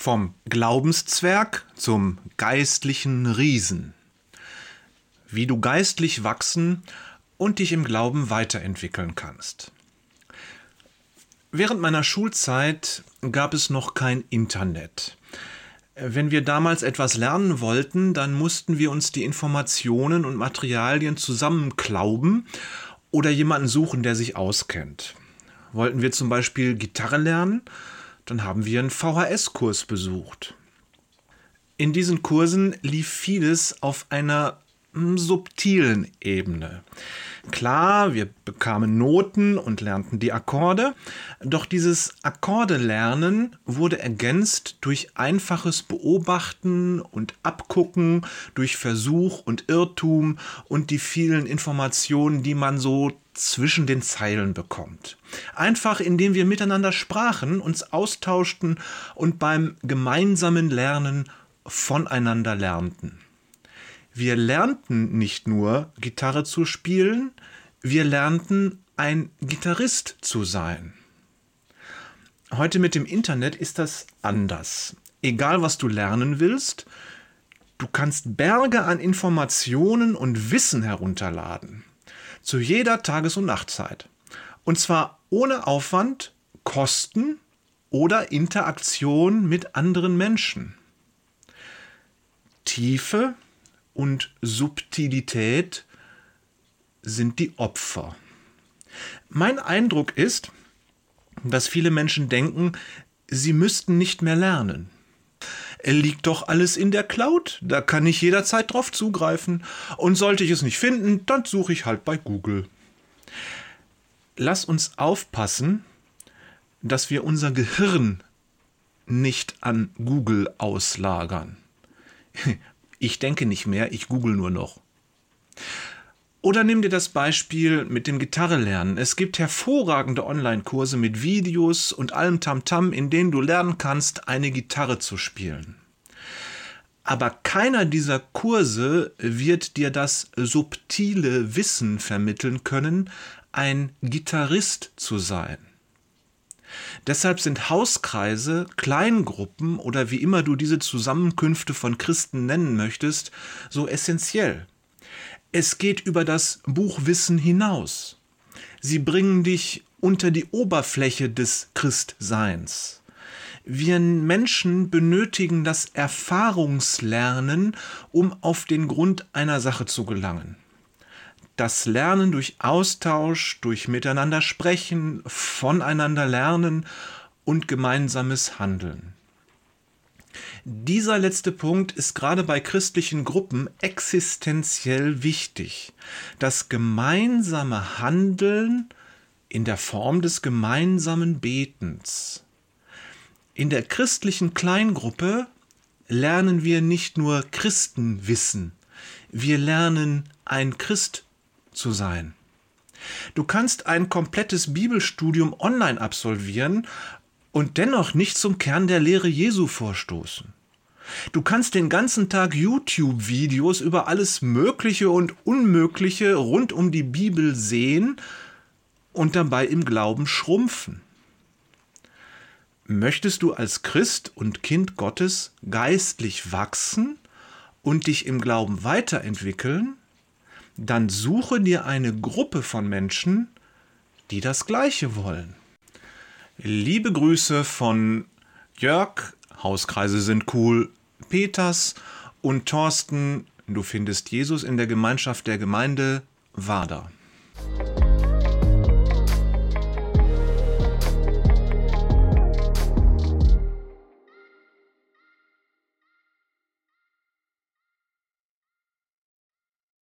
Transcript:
Vom Glaubenszwerg zum geistlichen Riesen. Wie du geistlich wachsen und dich im Glauben weiterentwickeln kannst. Während meiner Schulzeit gab es noch kein Internet. Wenn wir damals etwas lernen wollten, dann mussten wir uns die Informationen und Materialien zusammenklauben oder jemanden suchen, der sich auskennt. Wollten wir zum Beispiel Gitarre lernen, dann haben wir einen VHS-Kurs besucht. In diesen Kursen lief vieles auf einer subtilen Ebene. Klar, wir bekamen Noten und lernten die Akkorde, doch dieses Akkordelernen wurde ergänzt durch einfaches Beobachten und Abgucken, durch Versuch und Irrtum und die vielen Informationen, die man so zwischen den Zeilen bekommt. Einfach indem wir miteinander sprachen, uns austauschten und beim gemeinsamen Lernen voneinander lernten. Wir lernten nicht nur, Gitarre zu spielen, wir lernten, ein Gitarrist zu sein. Heute mit dem Internet ist das anders. Egal, was du lernen willst, du kannst Berge an Informationen und Wissen herunterladen. Zu jeder Tages- und Nachtzeit. Und zwar ohne Aufwand, Kosten oder Interaktion mit anderen Menschen. Tiefe und Subtilität sind die Opfer. Mein Eindruck ist, dass viele Menschen denken, sie müssten nicht mehr lernen. Liegt doch alles in der Cloud, da kann ich jederzeit drauf zugreifen. Und sollte ich es nicht finden, dann suche ich halt bei Google. Lass uns aufpassen, dass wir unser Gehirn nicht an Google auslagern. Ich denke nicht mehr, ich google nur noch. Oder nimm dir das Beispiel mit dem Gitarrelernen. Es gibt hervorragende Online-Kurse mit Videos und allem Tamtam, in denen du lernen kannst, eine Gitarre zu spielen. Aber keiner dieser Kurse wird dir das subtile Wissen vermitteln können, ein Gitarrist zu sein. Deshalb sind Hauskreise, Kleingruppen oder wie immer du diese Zusammenkünfte von Christen nennen möchtest, so essentiell. Es geht über das Buchwissen hinaus. Sie bringen dich unter die Oberfläche des Christseins. Wir Menschen benötigen das Erfahrungslernen, um auf den Grund einer Sache zu gelangen. Das Lernen durch Austausch, durch Miteinander sprechen, voneinander lernen und gemeinsames Handeln. Dieser letzte Punkt ist gerade bei christlichen Gruppen existenziell wichtig. Das gemeinsame Handeln in der Form des gemeinsamen Betens. In der christlichen Kleingruppe lernen wir nicht nur Christenwissen, wir lernen, ein Christ zu sein. Du kannst ein komplettes Bibelstudium online absolvieren und dennoch nicht zum Kern der Lehre Jesu vorstoßen. Du kannst den ganzen Tag YouTube-Videos über alles Mögliche und Unmögliche rund um die Bibel sehen und dabei im Glauben schrumpfen. Möchtest du als Christ und Kind Gottes geistlich wachsen und dich im Glauben weiterentwickeln? Dann suche dir eine Gruppe von Menschen, die das Gleiche wollen. Liebe Grüße von Jörg, Hauskreise sind cool, Peters und Thorsten, du findest Jesus in der Gemeinschaft der Gemeinde Wader.